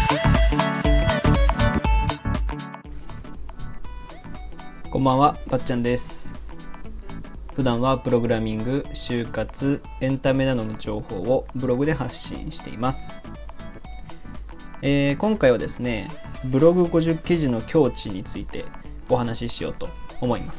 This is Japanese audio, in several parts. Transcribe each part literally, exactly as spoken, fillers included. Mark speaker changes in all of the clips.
Speaker 1: こんばんは、ばっちゃんです。普段はプログラミング、就活、エンタメなどの情報をブログで発信しています。えー、今回はですね、ブログごじゅう記事の境地についてお話ししようと思います。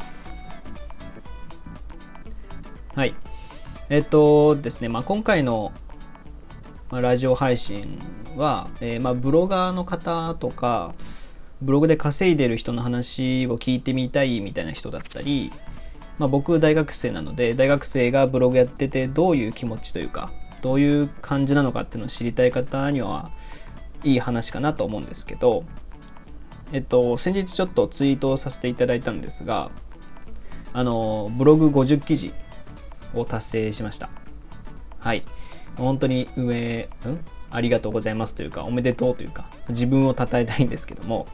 Speaker 1: はい。えっとですね、まあ、今回のラジオ配信は、えーまあ、ブロガーの方とか、ブログで稼いでる人の話を聞いてみたいみたいな人だったり、まあ、僕大学生なので大学生がブログやっててどういう気持ちというかどういう感じなのかっていうのを知りたい方にはいい話かなと思うんですけど、えっと先日ちょっとツイートをさせていただいたんですが、あのブログごじゅう記事を達成しました。はい、本当に運営、んありがとうございますというかおめでとうというか自分を称えたいんですけども、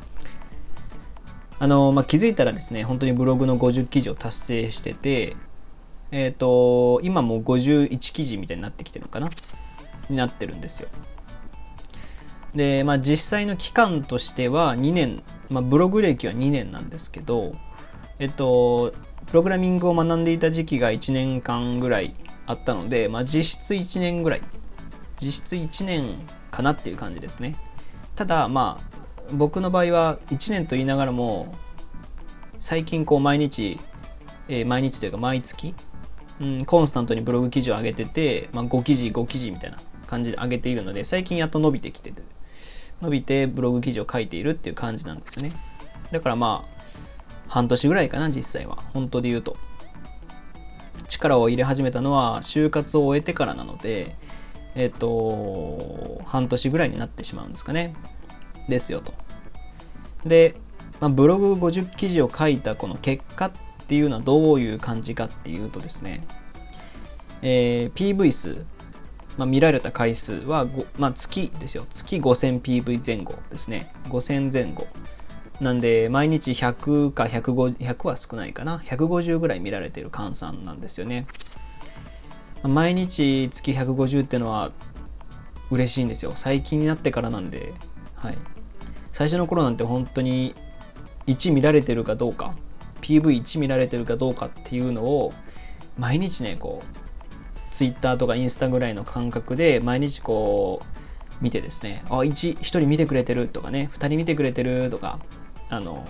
Speaker 1: あの、まあ、気づいたらですね、本当にブログのごじゅう記事を達成してて、えっと、今もうごじゅういち記事みたいになってきてるのかなになってるんですよ。で、まあ、実際の期間としてはにねん、まあ、ブログ歴はにねんなんですけど、えっと、プログラミングを学んでいた時期がいちねんかんぐらいあったので、まあ、実質いちねんぐらい、実質いちねんかなっていう感じですね。ただ、まあ、僕の場合はいちねんと言いながらも最近こう毎日、えー、毎日というか毎月、うん、コンスタントにブログ記事を上げてて、まあ、ご記事ご記事みたいな感じで上げているので最近やっと伸びてきてる伸びてブログ記事を書いているっていう感じなんですよね。だからまあ半年ぐらいかな、実際は本当で言うと。力を入れ始めたのは就活を終えてからなのでえっと半年ぐらいになってしまうんですかねですよと。で、まあ、ブログごじゅう記事を書いたこの結果っていうのはどういう感じかっていうとですね、えー、ピーブイ 数、まあ、見られた回数は、まあ、月ですよ。月 ごせんピーブイ 前後ですね。ごせん前後なんで毎日ひゃくかひゃくごじゅう、ひゃくは少ないかな、ひゃくごじゅうぐらい見られている換算なんですよね。毎日月ひゃくごじゅうっていうのは嬉しいんですよ。最近になってからなんで、はい、最初の頃なんて本当にいち見られてるかどうか ピーブイいち 見られてるかどうかっていうのを毎日ね、こうツイッターとかインスタぐらいの感覚で毎日こう見てですね、あ いち, ひとり見てくれてるとかね、ふたり見てくれてるとか、あの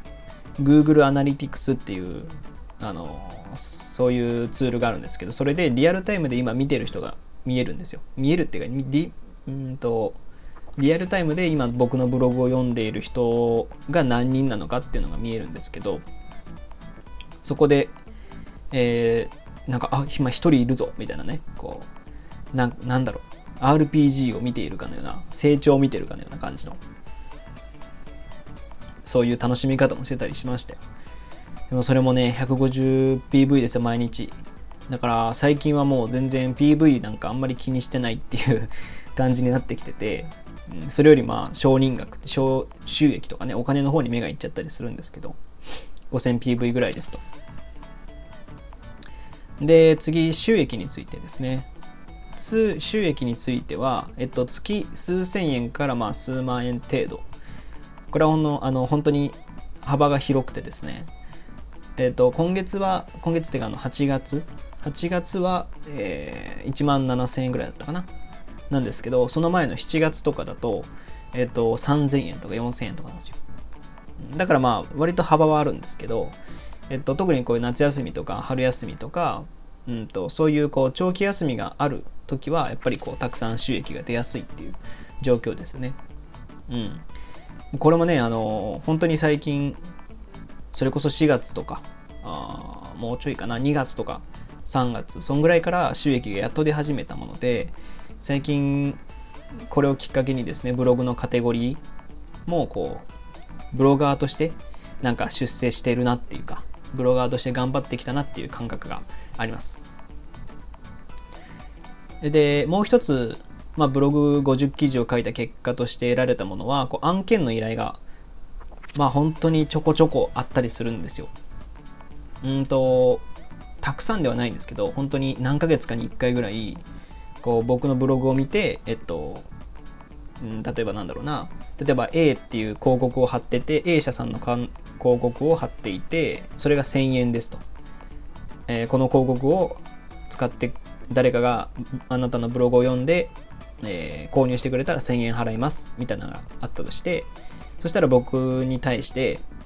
Speaker 1: Google アナリティクスっていうあのそういうツールがあるんですけど、それでリアルタイムで今見てる人が見えるんですよ。見えるっていうかリうんとリアルタイムで今僕のブログを読んでいる人が何人なのかっていうのが見えるんですけど、そこで、えー、なんかあ今一人いるぞみたいなね、こう な, なんだろう アールピージー を見ているかのような、成長を見ているかのような感じの、そういう楽しみ方もしてたりしましたよ。でもそれもね ひゃくごじゅうピーブイ ですよ、毎日。だから最近はもう全然 ピーブイ なんかあんまり気にしてないっていう感じになってきてて、それよりまあ承認額、収益とかね、お金の方に目がいっちゃったりするんですけど、 ごせんピーブイ ぐらいですと。で次、収益についてですね。収益については、えっと、月数千円からまあ数万円程度。これはほんのあの本当に幅が広くてですね、えっと、今月は今月っていうかあのはちがつはちがつは、えー、いちまんななせんえんぐらいだったかななんですけど、その前のしちがつとかだと、えっと、さんぜんえんとかよんせんえんとかなんですよ。だからまあ割と幅はあるんですけど、えっと、特にこういう夏休みとか春休みとか、うんと、そういうこう長期休みがある時はやっぱりこうたくさん収益が出やすいっていう状況ですね。うん。これもね、あの本当に最近それこそしがつとか、あもうちょいかな、にがつとかさんがつ、そんぐらいから収益がやっと出始めたもので、最近これをきっかけにですね、ブログのカテゴリーもこうブロガーとしてなんか出世しているなっていうか、ブロガーとして頑張ってきたなっていう感覚があります。でもう一つ、まあ、ブログごじゅう記事を書いた結果として得られたものは、こう案件の依頼がまあ本当にちょこちょこあったりするんですよ。うんとたくさんではないんですけど、本当に何ヶ月かにいっかいぐらいこう僕のブログを見て、えっとうん、例えばなんだろうな、例えば A っていう広告を貼ってて A 社さんの広告を貼っていて、それがせんえんですと、えー、この広告を使って誰かがあなたのブログを読んで、えー、購入してくれたらせんえん払いますみたいなのがあったとして、そしたら僕に対して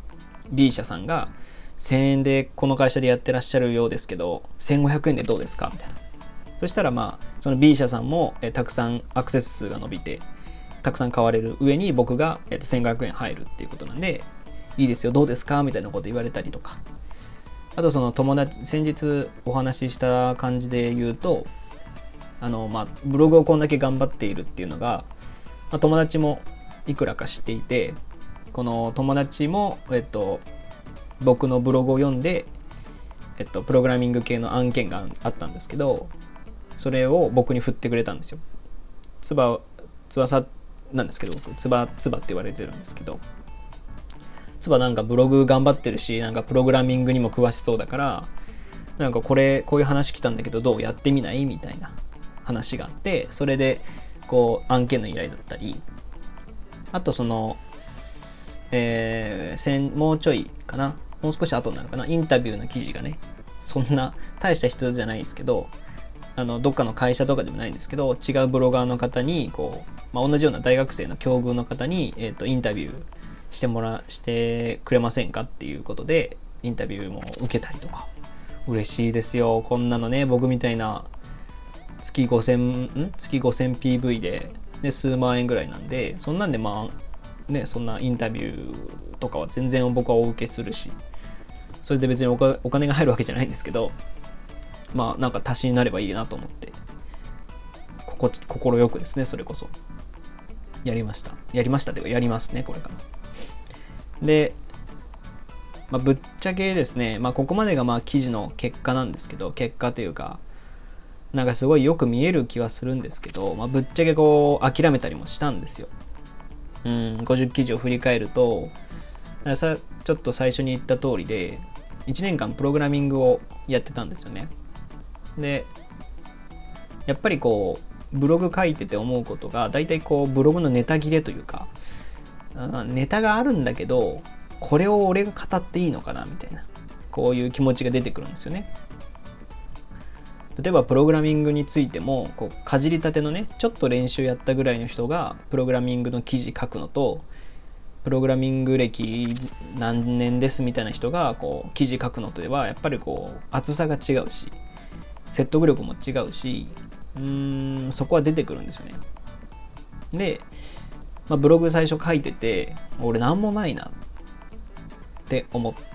Speaker 1: B 社さんがせんえんでこの会社でやってらっしゃるようですけどせんごひゃくえんでどうですかみたいな。そしたらまあその B 社さんも、えー、たくさんアクセス数が伸びてたくさん買われる上に僕が、えー、とせんごひゃくえん入るっていうことなんで、いいですよどうですかみたいなこと言われたりとか、あとその友達、先日お話しした感じで言うと、あのまあブログをこんだけ頑張っているっていうのが、まあ、友達もいくらか知っていて、この友達も、えっと、僕のブログを読んで、えっと、プログラミング系の案件があったんですけど、それを僕に振ってくれたんですよ。つば、翼なんですけど、僕、つば、つばって言われてるんですけど、つばなんかブログ頑張ってるし、なんかプログラミングにも詳しそうだから、なんかこれ、こういう話来たんだけど、どうやってみないみたいな話があって、それで、こう、案件の依頼だったり、あとその、えー、もうちょいかな、もう少し後になるかな、インタビューの記事がね、そんな大した人じゃないですけど、あのどっかの会社とかでもないんですけど、違うブロガーの方にこう、まあ、同じような大学生の境遇の方に、えーと、インタビューしてもらしてくれませんかっていうことでインタビューも受けたりとか、嬉しいですよこんなのね。僕みたいな月ごせんん月 ごせんピーブイ で、で数万円ぐらいなんで、そんなんでまあね、そんなインタビューとかは全然僕はお受けするし、それで別に お, かお金が入るわけじゃないんですけど、まあなんか足しになればいいなと思って、ここ心よくですね、それこそやりましたやりましたというかやりますね、これから。で、まあ、ぶっちゃけですね、まあ、ここまでがまあ記事の結果なんですけど、結果というかなんかすごいよく見える気はするんですけど、まあ、ぶっちゃけこう諦めたりもしたんですよ。うん、ごじゅう記事を振り返ると、さちょっと最初に言った通りでいちねんかんプログラミングをやってたんですよね。でやっぱりこうブログ書いてて思うことが、だいたいこうブログのネタ切れというか、ネタがあるんだけどこれを俺が語っていいのかなみたいな、こういう気持ちが出てくるんですよね。例えばプログラミングについても、こうかじりたてのね、ちょっと練習やったぐらいの人がプログラミングの記事書くのと、プログラミング歴何年ですみたいな人がこう記事書くのとではやっぱりこう厚さが違うし、説得力も違うし、うーんそこは出てくるんですよね。で、まあ、ブログ最初書いてて俺なんもないなって思って、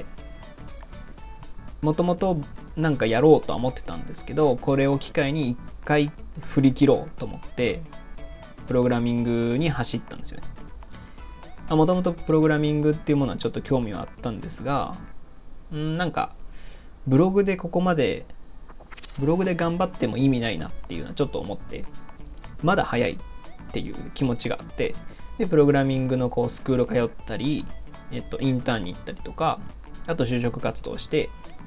Speaker 1: もともとなんかやろうとは思ってたんですけど、これを機会に一回振り切ろうと思ってプログラミングに走ったんですよね。もともとプログラミングっていうものはちょっと興味はあったんですが、んなんかブログでここまでブログで頑張っても意味ないなっていうのはちょっと思って、まだ早いっていう気持ちがあって、でプログラミングのこうスクール通ったり、えっと、インターンに行ったりとか、あと就職活動して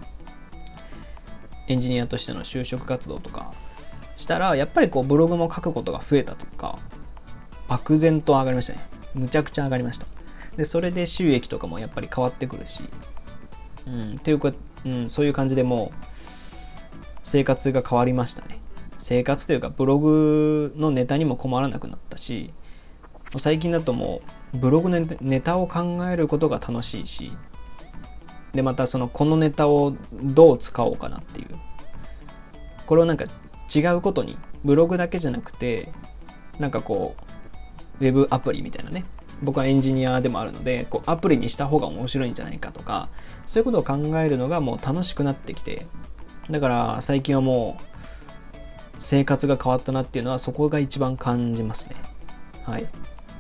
Speaker 1: エンジニアとしての就職活動とかしたら、やっぱりこうブログも書くことが増えたというか、漠然と上がりましたね。むちゃくちゃ上がりました。でそれで収益とかもやっぱり変わってくるし、うん、っていうか、うん、そういう感じでもう生活が変わりましたね。生活というかブログのネタにも困らなくなったし、最近だともうブログのネタを考えることが楽しいし、でまたそのこのネタをどう使おうかなっていう、これをなんか違うことに、ブログだけじゃなくてなんかこうウェブアプリみたいなね、僕はエンジニアでもあるので、こうアプリにした方が面白いんじゃないかとか、そういうことを考えるのがもう楽しくなってきて、だから最近はもう生活が変わったなっていうのはそこが一番感じますね。はい。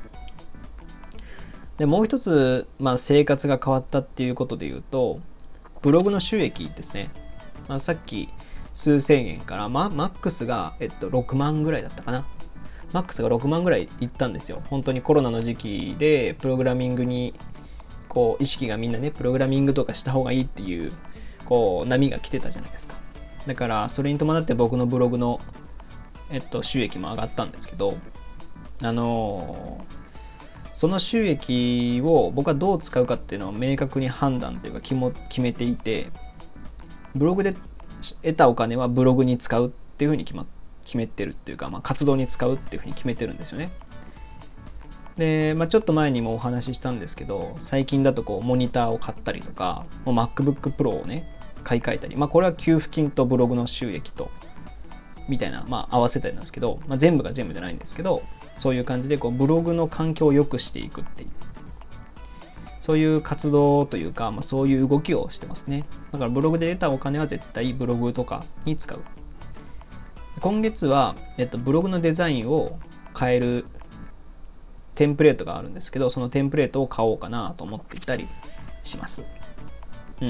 Speaker 1: でもう一つ、まあ、生活が変わったっていうことで言うと、ブログの収益ですね。まあ、さっき数千円から、ま、マックスが、えっと、ろくまんぐらいだったかな。マックスがろくまんぐらいいったんですよ。本当にコロナの時期でプログラミングにこう意識がみんなね、プログラミングとかした方がいいっていうこう波が来てたじゃないですか。だからそれに伴って僕のブログの、えっと、収益も上がったんですけど、 あのその収益を僕はどう使うかっていうのを明確に判断というか決も決めていて、ブログで得たお金はブログに使うっていうふうに決ま決めてるっていうか、まあ、活動に使うっていうふうに決めてるんですよね。で、まあ、ちょっと前にもお話ししたんですけど、最近だとこうモニターを買ったりとか、もう MacBook Pro をね買い替えたり、まあ、これは給付金とブログの収益とみたいな、まあ、合わせたりなんですけど、まあ、全部が全部じゃないんですけど、そういう感じでこうブログの環境を良くしていくっていう、そういう活動というか、まあ、そういう動きをしてますね。だからブログで得たお金は絶対ブログとかに使う。今月は、えっと、ブログのデザインを変えるテンプレートがあるんですけど、そのテンプレートを買おうかなと思っていたりします。うん。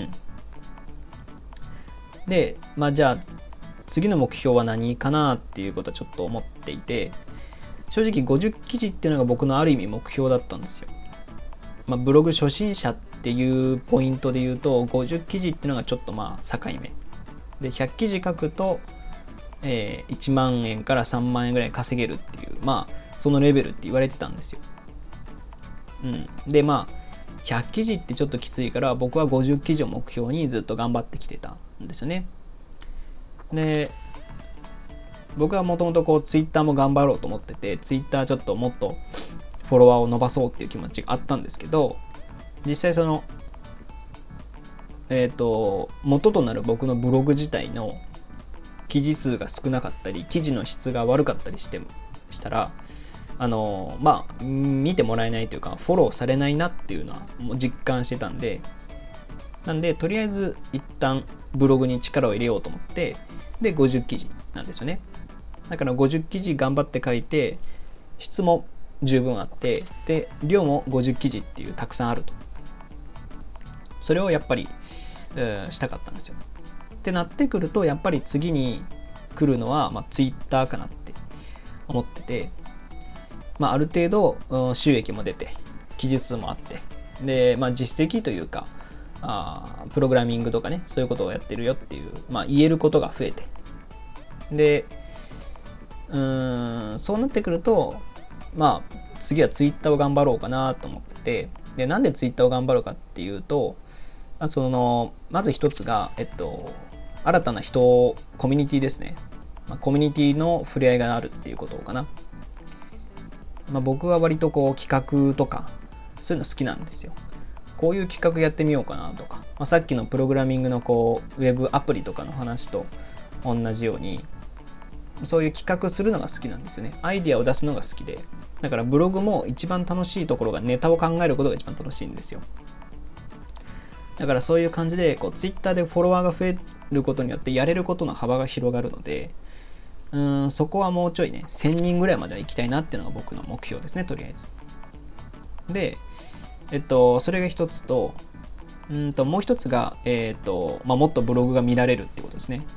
Speaker 1: で、まあじゃあ次の目標は何かなっていうことはちょっと思っていて、正直ごじゅう記事っていうのが僕のある意味目標だったんですよ。まあ、ブログ初心者っていうポイントで言うとごじゅう記事っていうのがちょっとまあ境目で、ひゃく記事書くと、えー、いちまんえんからさんまんえんぐらい稼げるっていう、まあそのレベルって言われてたんですよ。うん、でまあひゃく記事ってちょっときついから、僕はごじゅう記事を目標にずっと頑張ってきてたんですよね。で僕はもともとこうツイッターも頑張ろうと思ってて、ツイッターちょっともっとフォロワーを伸ばそうっていう気持ちがあったんですけど、実際そのえっと元となる僕のブログ自体の記事数が少なかったり、記事の質が悪かったりしてしたら、あのまあ見てもらえないというかフォローされないなっていうのはもう実感してたんで、なんでとりあえず一旦ブログに力を入れようと思って、でごじゅう記事なんですよね。だからごじゅう記事頑張って書いて、質も十分あって、で量もごじゅう記事っていうたくさんあると、それをやっぱり、えー、したかったんですよ。ってなってくると、やっぱり次に来るのは、まあ、ツイッターかなって思ってて、まあ、ある程度収益も出て記述数もあって、で、まあ、実績というかあプログラミングとかね、そういうことをやってるよっていう、まあ、言えることが増えて、でうーんそうなってくると、まあ次はツイッターを頑張ろうかなと思ってて、でなんでツイッターを頑張るかっていうと、そのまず一つが、えっと、新たな人コミュニティですね、まあ、コミュニティの触れ合いがあるっていうことかな。まあ、僕は割とこう企画とかそういうの好きなんですよ。こういう企画やってみようかなとか、まあ、さっきのプログラミングのこうウェブアプリとかの話と同じように、そういう企画するのが好きなんですよね。アイディアを出すのが好きで、だからブログも一番楽しいところがネタを考えることが一番楽しいんですよ。だからそういう感じでこうツイッターでフォロワーが増えることによってやれることの幅が広がるので、うーんそこはもうちょいねせんにんぐらいまでは行きたいなっていうのが僕の目標ですね、とりあえず。でえっとそれが一つと、うんともう一つが、えっとまあ、もっとブログが見られるってことですね。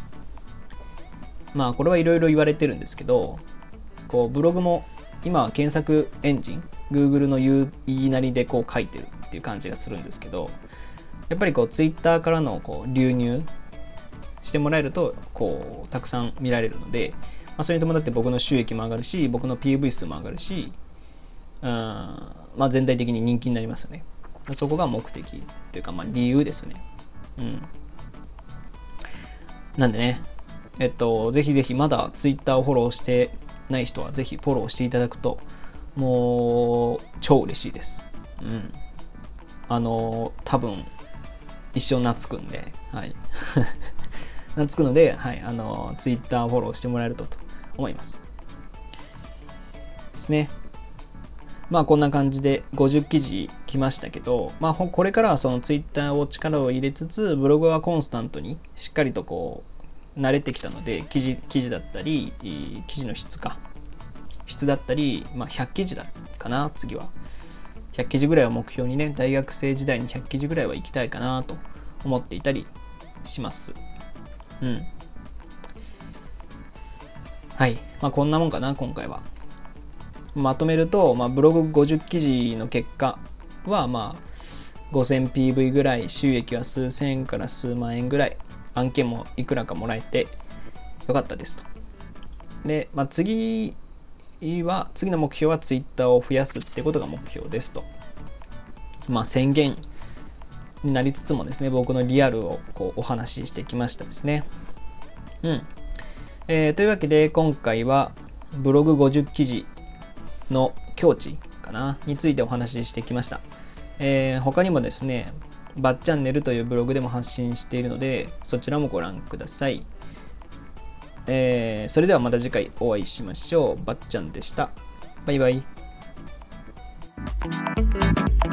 Speaker 1: まあこれはいろいろ言われてるんですけど、こうブログも今は検索エンジン Google の言いなりでこう書いてるっていう感じがするんですけど、やっぱりこう Twitter からのこう流入してもらえるとこうたくさん見られるので、まあ、それに伴って僕の収益も上がるし、僕の ピーブイ 数も上がるし、うん、まあ、全体的に人気になりますよね。そこが目的というか、まあ、理由ですよね。うん。なんでね、えっと、ぜひぜひまだ Twitter をフォローしてない人はぜひフォローしていただくともう超嬉しいです。うん。あの多分一生懐くんで、はい。懐くので、はい、あの Twitter をフォローしてもらえるとと思います。ですね。まあこんな感じでごじゅう記事来ましたけど、まあこれからはその Twitter を力を入れつつ、ブログはコンスタントにしっかりとこう慣れてきたので、記事記事だったり記事の質か質だったり、まあ、ひゃく記事だかな、次はひゃく記事ぐらいを目標にね、大学生時代にひゃく記事ぐらいは行きたいかなと思っていたりします。うん。はい、まあこんなもんかな、今回は。まとめると、まあ、ブログごじゅう記事の結果は、まあ ごせんピーブイ ぐらい、収益は数千円から数万円ぐらい、案件もいくらかもらえてよかったですと。で、まあ、次は次の目標は Twitter を増やすってことが目標ですと。まあ宣言になりつつもですね、僕のリアルをこうお話ししてきましたですね。うん。えー、というわけで今回はブログごじゅっ記事の境地かなについてお話ししてきました。えー、他にもですね、バッチャンネルというブログでも発信しているので、そちらもご覧ください。えー、それではまた次回お会いしましょう。ばっちゃんでした。バイバイ。